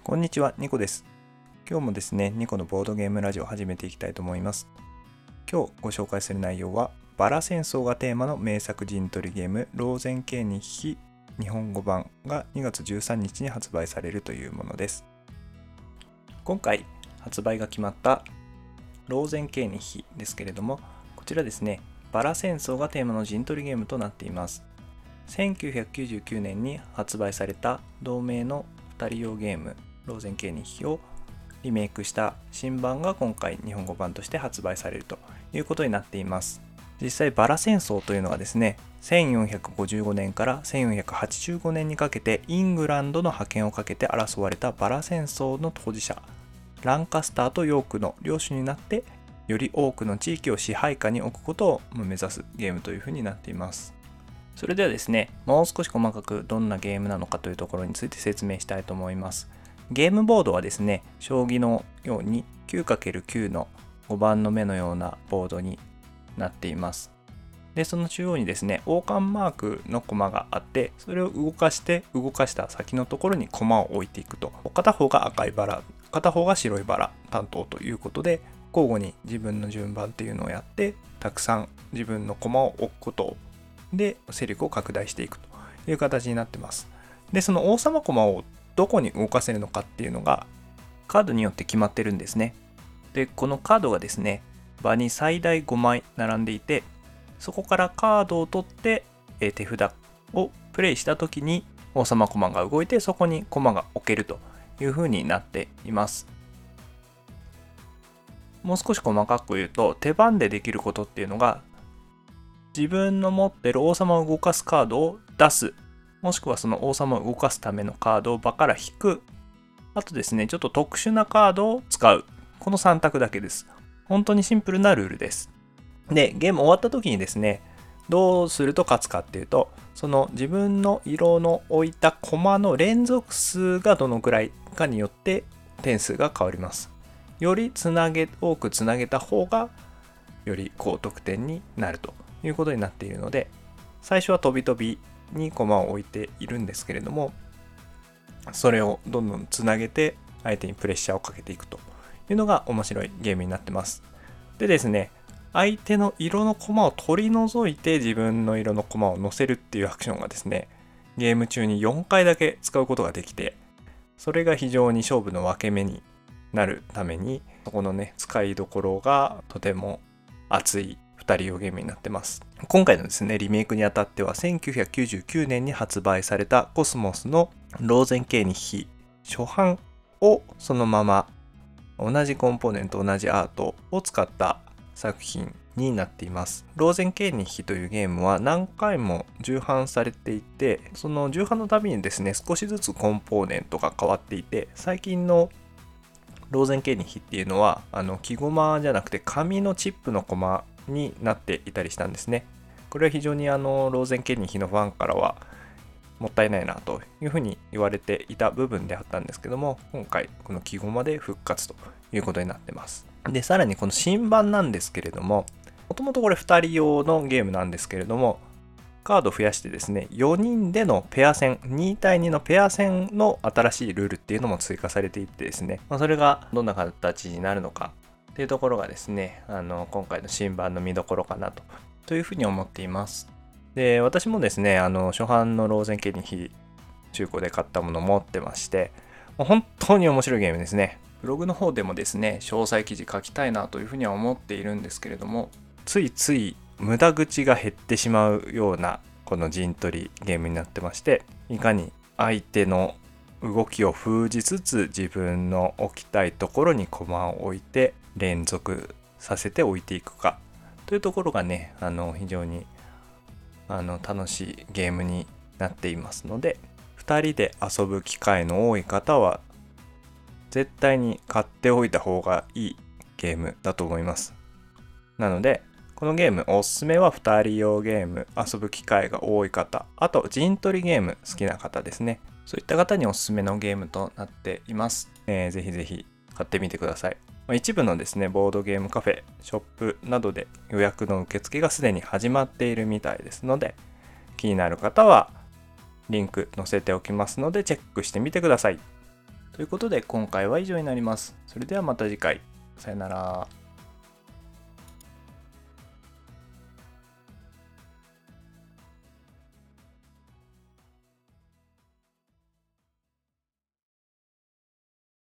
こんにちは、ニコです。今日もですね、ニコのボードゲームラジオを始めていきたいと思います。今日ご紹介する内容は、バラ戦争がテーマの名作陣取りゲーム、ローゼンケーニッヒ日本語版が2月13日に発売されるというものです。今回発売が決まったローゼンケーニッヒですけれども、こちらですね、バラ戦争がテーマの陣取りゲームとなっています。1999年に発売された同名の2人用ゲーム、ローゼンケーニッヒをリメイクした新版が今回日本語版として発売されるということになっています。実際バラ戦争というのはですね、1455年から1485年にかけてイングランドの覇権をかけて争われたバラ戦争の当事者、ランカスターとヨークの領主になって、より多くの地域を支配下に置くことを目指すゲームというふうになっています。それではですね、もう少し細かくどんなゲームなのかというところについて説明したいと思います。ゲームボードはですね、将棋のように 9×9 の5番の目のようなボードになっています。で、その中央にですね、王冠マークの駒があって、それを動かした先のところに駒を置いていくと。片方が赤いバラ、片方が白いバラ担当ということで、交互に自分の順番っていうのをやって、たくさん自分の駒を置くことで勢力を拡大していくという形になってます。で、その王様駒をどこに動かせるのかっていうのがカードによって決まってるんですね。で、このカードがですね、場に最大5枚並んでいて、そこからカードを取って手札をプレイした時に王様駒が動いて、そこに駒が置けるという風になっています。もう少し細かく言うと、手番でできることっていうのが、自分の持ってる王様を動かすカードを出す、もしくはその王様を動かすためのカードを場から引く、あとですね、ちょっと特殊なカードを使う、この3択だけです。本当にシンプルなルールです。で、ゲーム終わった時にですね、どうすると勝つかっていうと、その自分の色の置いた駒の連続数がどのくらいかによって点数が変わります。より多くつなげた方がより高得点になるということになっているので、最初は飛び飛びに駒を置いているんですけれども、それをどんどんつなげて相手にプレッシャーをかけていくというのが面白いゲームになってます。でですね、相手の色の駒を取り除いて自分の色の駒を乗せるっていうアクションがですね、ゲーム中に4回だけ使うことができて、それが非常に勝負の分け目になるために、そこのね、使いどころがとても熱い2人用ゲームになってます。今回のですね、リメイクにあたっては1999年に発売されたコスモスのローゼンケーニッヒ初版をそのまま同じコンポーネント、同じアートを使った作品になっています。ローゼンケーニッヒというゲームは何回も重版されていて、その重版のたびにですね、少しずつコンポーネントが変わっていて、最近のローゼンケーニッヒっていうのは木駒じゃなくて紙のチップの駒になっていたりしたんですね。これは非常にローゼンケーニッヒのファンからはもったいないなというふうに言われていた部分であったんですけども、今回この木駒で復活ということになってます。で、さらにこの新版なんですけれども、もともとこれ2人用のゲームなんですけれども、カード増やしてですね、4人でのペア戦、2対2のペア戦の新しいルールっていうのも追加されていってですね、それがどんな形になるのかっていうところがですね、今回の新版の見どころかなというふうに思っています。で、私もですね、初版のローゼンケーニッヒ中古で買ったものを持ってまして、本当に面白いゲームですね。ブログの方でもですね、詳細記事書きたいなというふうには思っているんですけれども、ついつい無駄口が減ってしまうようなこの陣取りゲームになってまして、いかに相手の動きを封じつつ自分の置きたいところに駒を置いて連続させて置いていくかというところがね、非常に楽しいゲームになっていますので、2人で遊ぶ機会の多い方は絶対に買っておいた方がいいゲームだと思います。なのでこのゲームおすすめは2人用ゲーム、遊ぶ機会が多い方、あと陣取りゲーム好きな方ですね。そういった方におすすめのゲームとなっています。ぜひぜひ買ってみてください。一部のですね、ボードゲームカフェ、ショップなどで予約の受付がすでに始まっているみたいですので、気になる方はリンク載せておきますのでチェックしてみてください。 ということで今回は以上になります。それではまた次回。さよなら。